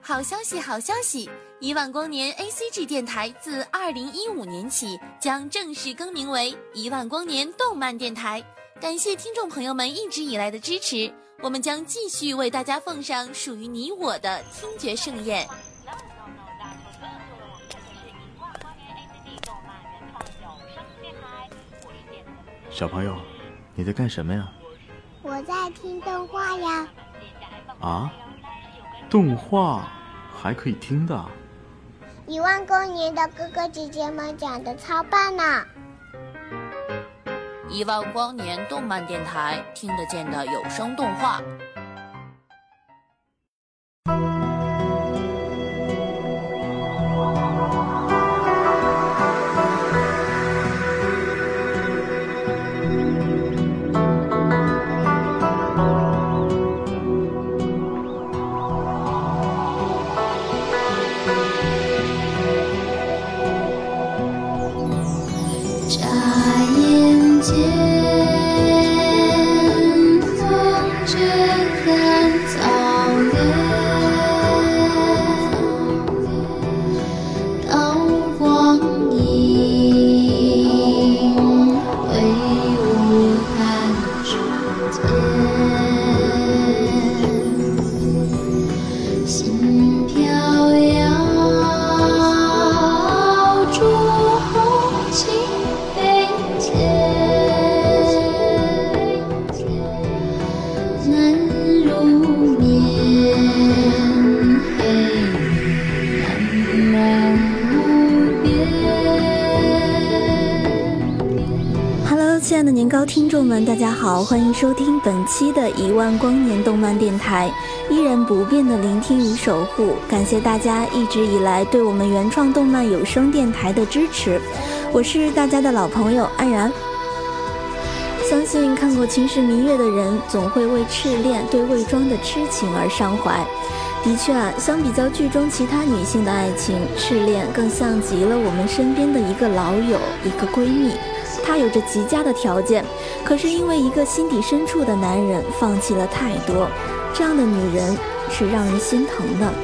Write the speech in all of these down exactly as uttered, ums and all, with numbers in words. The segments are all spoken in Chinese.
好消息，好消息！一万光年 A C G 电台自二零一五年起将正式更名为一万光年动漫电台。感谢听众朋友们一直以来的支持，我们将继续为大家奉上属于你我的听觉盛宴。 小朋友，你在干什么呀？ 我在听动画呀。 啊？动画还可以听的？ 一万光年的哥哥姐姐们讲的超棒呢！ 一万光年动漫电台，听得见的有声动画。 亲爱的年糕听众们，大家好，欢迎收听本期的一万光年动漫电台，依然不变的聆听与守护，感谢大家一直以来对我们原创动漫有声电台的支持，我是大家的老朋友安然。相信看过《秦时明月》的人，总会为赤恋对魏庄的痴情而伤怀。的确啊，相比较剧中其他女性的爱情，赤恋更像极了我们身边的一个老友，一个闺蜜。她有着极佳的条件，可是因为一个心底深处的男人放弃了太多，这样的女人是让人心疼的。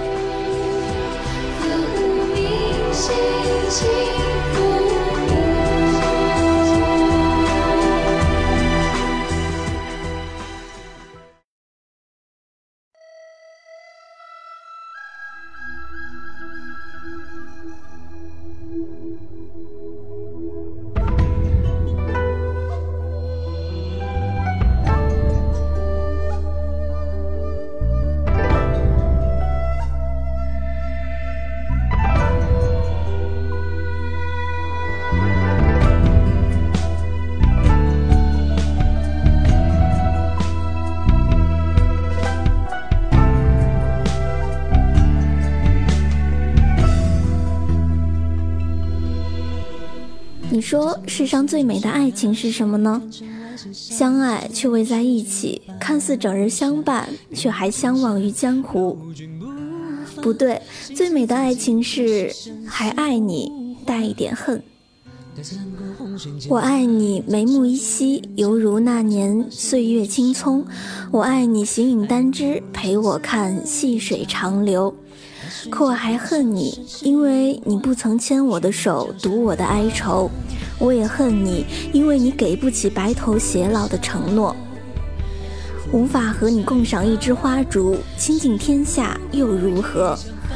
你说世上最美的爱情是什么呢？相爱却未在一起，看似整日相伴，却还相忘于江湖。不对，最美的爱情是还爱你，带一点恨。我爱你眉目依稀，犹如那年岁月青葱。我爱你形影单只，陪我看细水长流。可我还恨你，因为你不曾牵我的手，读我的哀愁。我也恨你，因为你给不起白头偕老的承诺。无法和你共赏一枝花烛，倾尽天下又如何？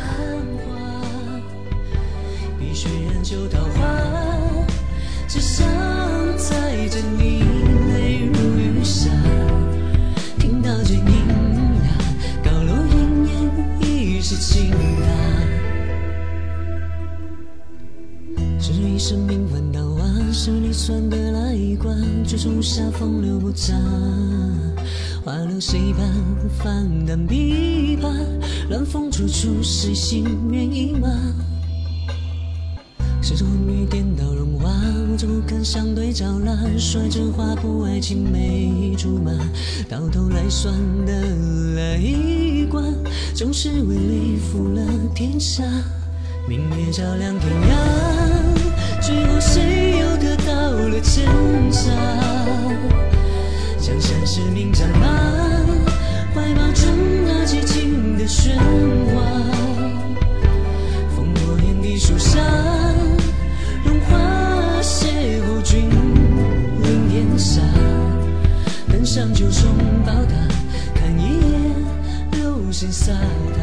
碧血染旧桃花，只想载着你泪如雨下，听到剑音啊，高楼奄奄一世情啊，是一生命分刀啊，是你算的来卦，却从下风流不杂，花落谁伴泛淡琵琶，乱风处处谁心愿意吗？谁说红雨颠倒融化，我怎么敢相对照蜡，率真画布爱情没竹马，到头来算的来卦，总是为累负了天下。明月照亮天涯，最后谁又得到了真假？江山是名战马，怀抱着那激情的喧哗。 上就送报答，看一眼流星洒达。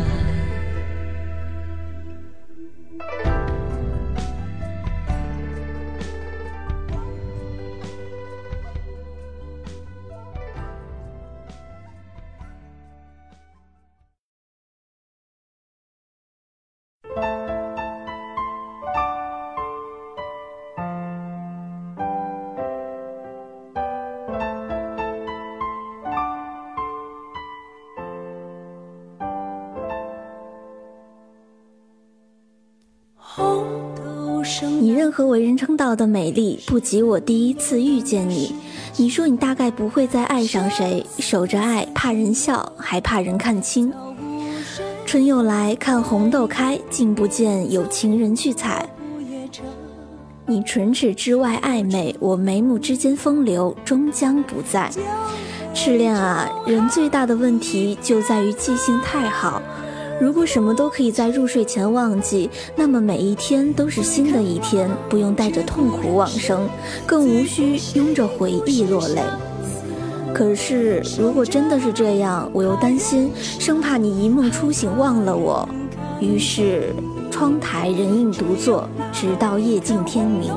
你任何为人称道的美丽，不及我第一次遇见你。你说你大概不会再爱上谁，守着爱，怕人笑，还怕人看清。春又来，看红豆开，竟不见有情人去采。你唇齿之外暧昧，我眉目之间风流，终将不在。赤恋啊，人最大的问题就在于记性太好。如果什么都可以在入睡前忘记，那么每一天都是新的一天，不用带着痛苦往生，更无需拥着回忆落泪。可是如果真的是这样，我又担心，生怕你一梦初醒忘了我。于是窗台人影独坐，直到夜尽天明。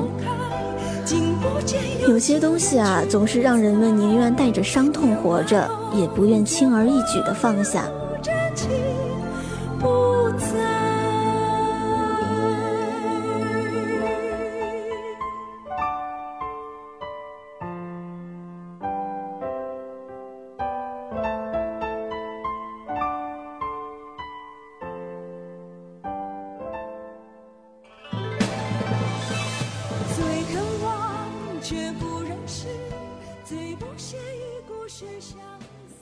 有些东西啊，总是让人们宁愿带着伤痛活着，也不愿轻而易举地放下。不在。 最渴望却不认识，最不屑一顾是相思。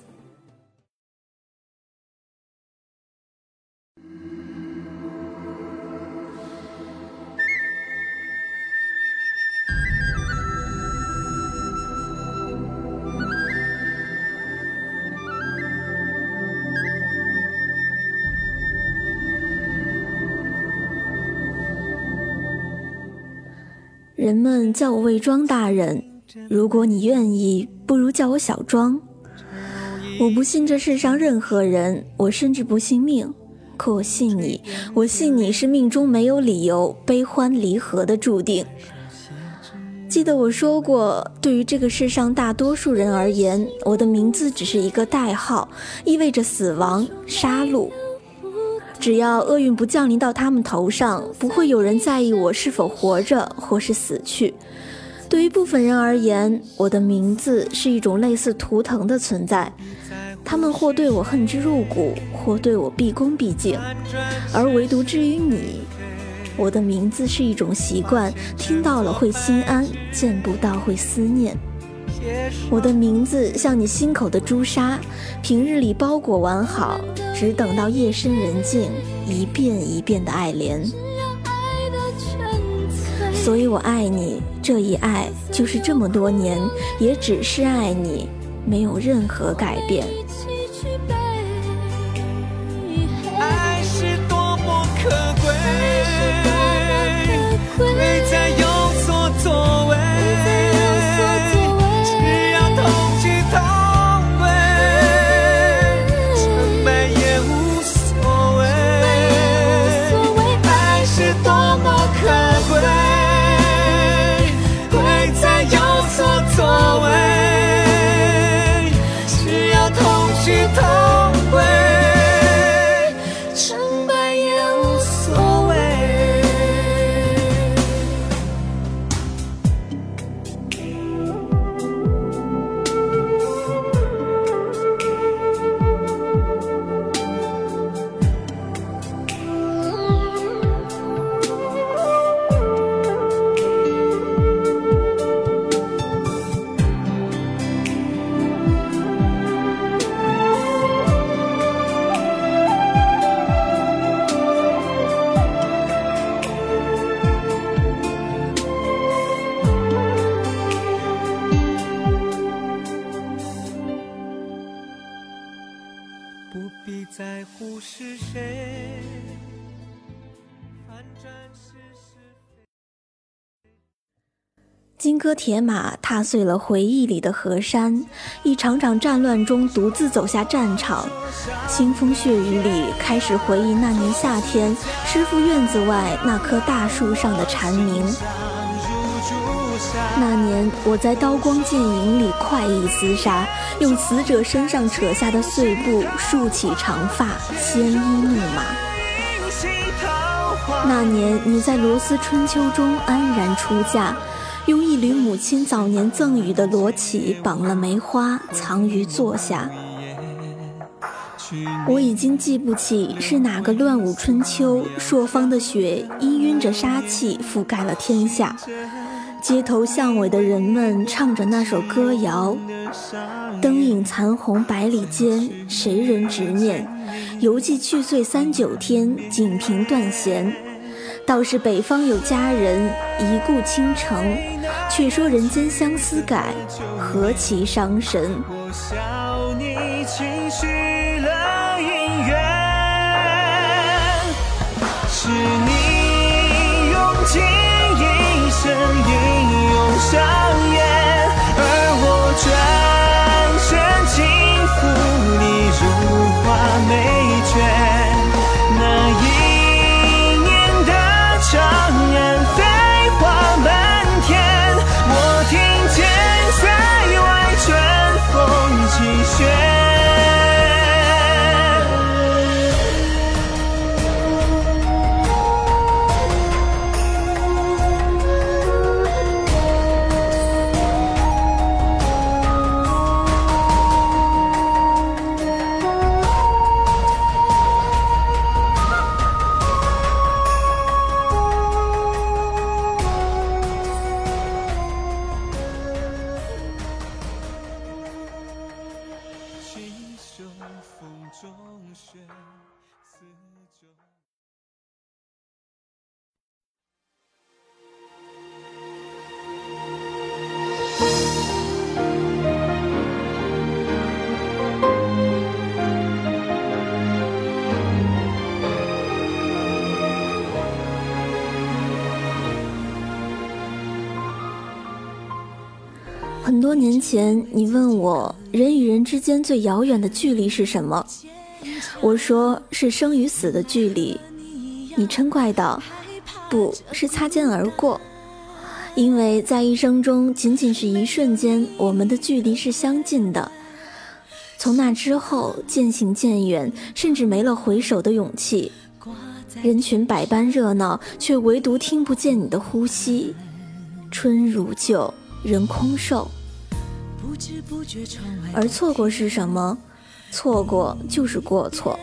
人们叫我魏庄大人，如果你愿意，不如叫我小庄。我不信这世上任何人，我甚至不信命，可我信你，我信你是命中没有理由悲欢离合的注定。记得我说过，对于这个世上大多数人而言，我的名字只是一个代号，意味着死亡、杀戮。只要厄运不降临到他们头上，不会有人在意我是否活着或是死去。对于部分人而言，我的名字是一种类似图腾的存在，他们或对我恨之入骨，或对我毕恭毕敬。而唯独至于你，我的名字是一种习惯，听到了会心安，见不到会思念。我的名字像你心口的朱砂，平日里包裹完好，只等到夜深人静，一遍一遍的爱怜。所以我爱你，这一爱就是这么多年，也只是爱你，没有任何改变。 爱是多么可贵，贵在有所作为，只要同去同归，成败也无所谓。爱是多么可贵，贵在有所作为，只要同去同归。不必在乎是谁，反转是是非。 金戈铁马踏碎了回忆里的河山，一场场战乱中独自走下战场，腥风血雨里开始回忆那年夏天师傅院子外那棵大树上的蝉鸣。那年我在刀光剑影里快意厮杀，用死者身上扯下的碎布竖起长发，鲜衣怒马。那年你在罗丝春秋中安然出嫁，用一缕母亲早年赠予的罗绮绑了梅花，藏于座下。我已经记不起是哪个乱舞春秋，朔方的雪氤氲着杀气覆盖了天下，街头巷尾的人们唱着那首歌谣，灯影残红百里间，谁人执念？犹记去岁三九天，锦屏断弦。倒是北方有佳人，一顾倾城，却说人间相思改，何其伤神。 我笑你轻许了姻缘，是你用尽一生英勇上演，而我转身轻抚你如花美眷。那一年的长安飞花满天，我听见塞外春风起雪。 很多年前，你问我人与人之间最遥远的距离是什么？我说是生与死的距离。你嗔怪道，不是擦肩而过。因为在一生中，仅仅是一瞬间，我们的距离是相近的。从那之后，渐行渐远，甚至没了回首的勇气。人群百般热闹，却唯独听不见你的呼吸。春如旧，人空瘦。而错过是什么？错过就是过错。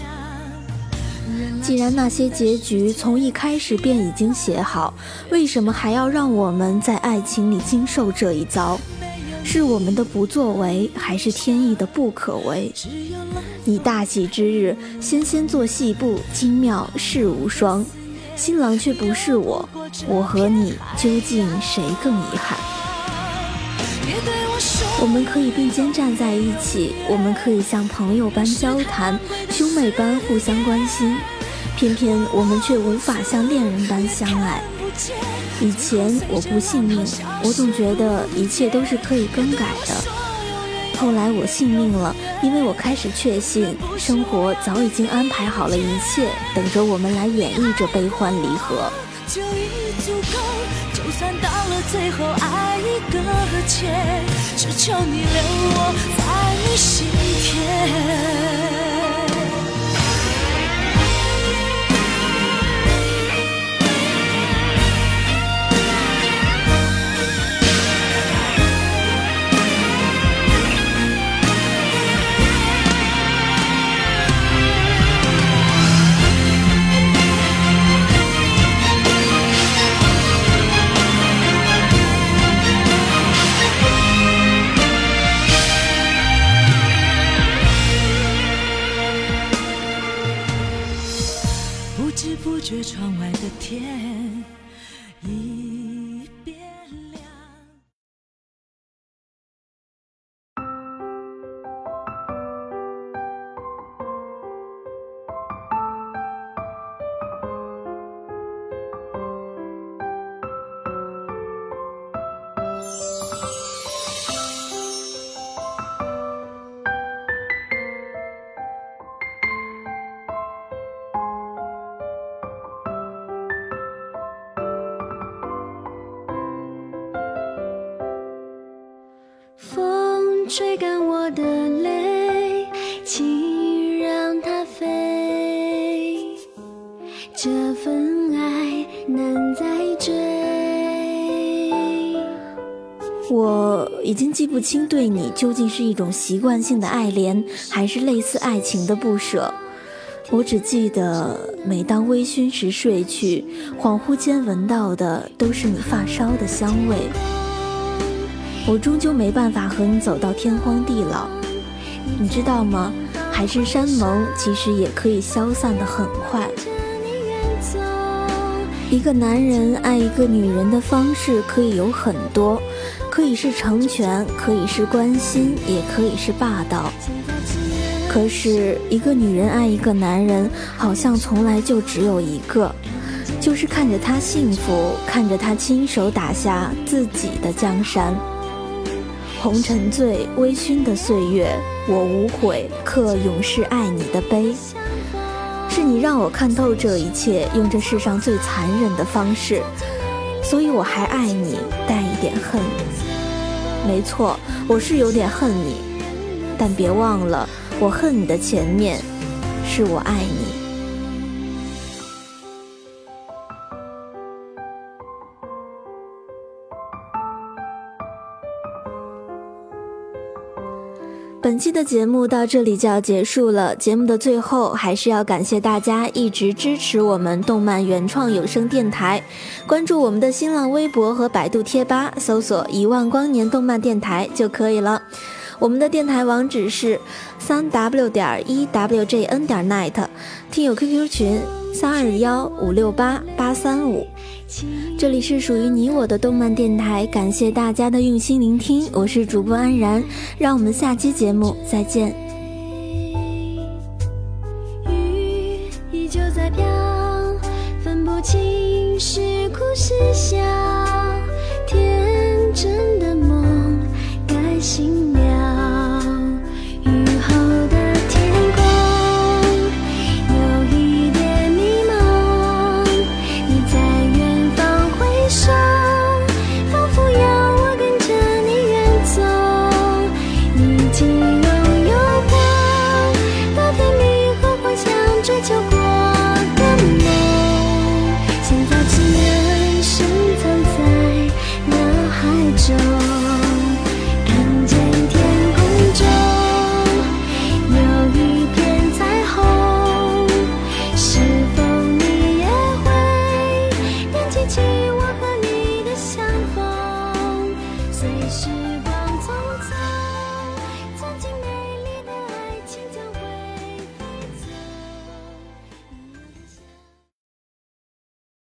既然那些结局从一开始便已经写好，为什么还要让我们在爱情里经受这一遭？是我们的不作为，还是天意的不可为？你大喜之日，纤纤作细步，精妙世无双。新郎却不是我，我和你究竟谁更遗憾？我们可以并肩站在一起，我们可以像朋友般交谈，兄妹般互相关心，偏偏我们却无法像恋人般相爱。以前我不信命，我总觉得一切都是可以更改的。后来我信命了，因为我开始确信，生活早已经安排好了一切，等着我们来演绎这悲欢离合。 就已足够，就算到了最后爱一个结，只求你留我在你心田。不知不觉窗外的天已变亮。 吹干我的泪，请让它飞，这份爱难再追。 我已经记不清对你究竟是一种习惯性的爱怜，还是类似爱情的不舍。我只记得每当微醺时睡去，恍惚间闻到的都是你发梢的香味。我终究没办法和你走到天荒地老，你知道吗？海誓山盟其实也可以消散得很快。一个男人爱一个女人的方式可以有很多，可以是成全，可以是关心，也可以是霸道。可是一个女人爱一个男人，好像从来就只有一个，就是看着他幸福，看着他亲手打下自己的江山。红尘醉，微醺的岁月，我无悔刻永世爱你的碑。是你让我看透这一切，用这世上最残忍的方式，所以我还爱你，带一点恨。没错，我是有点恨你，但别忘了，我恨你的前面是我爱你。本期的节目到这里就要结束了，节目的最后还是要感谢大家一直支持我们动漫原创有声电台，关注我们的新浪微博和百度贴吧，搜索一万光年动漫电台就可以了。我们的电台网址是 三 w 点 e w j n 点 net， 听友 Q Q 群三二幺五六八八三五。这里是属于你我的动漫电台，感谢大家的用心聆听，我是主播安然，让我们下期节目再见。 雨依旧在飘，分不清是哭是笑，天真的梦该醒了。雨后的天空有一点迷茫，你在远方挥手，仿佛要我跟着你远走，已经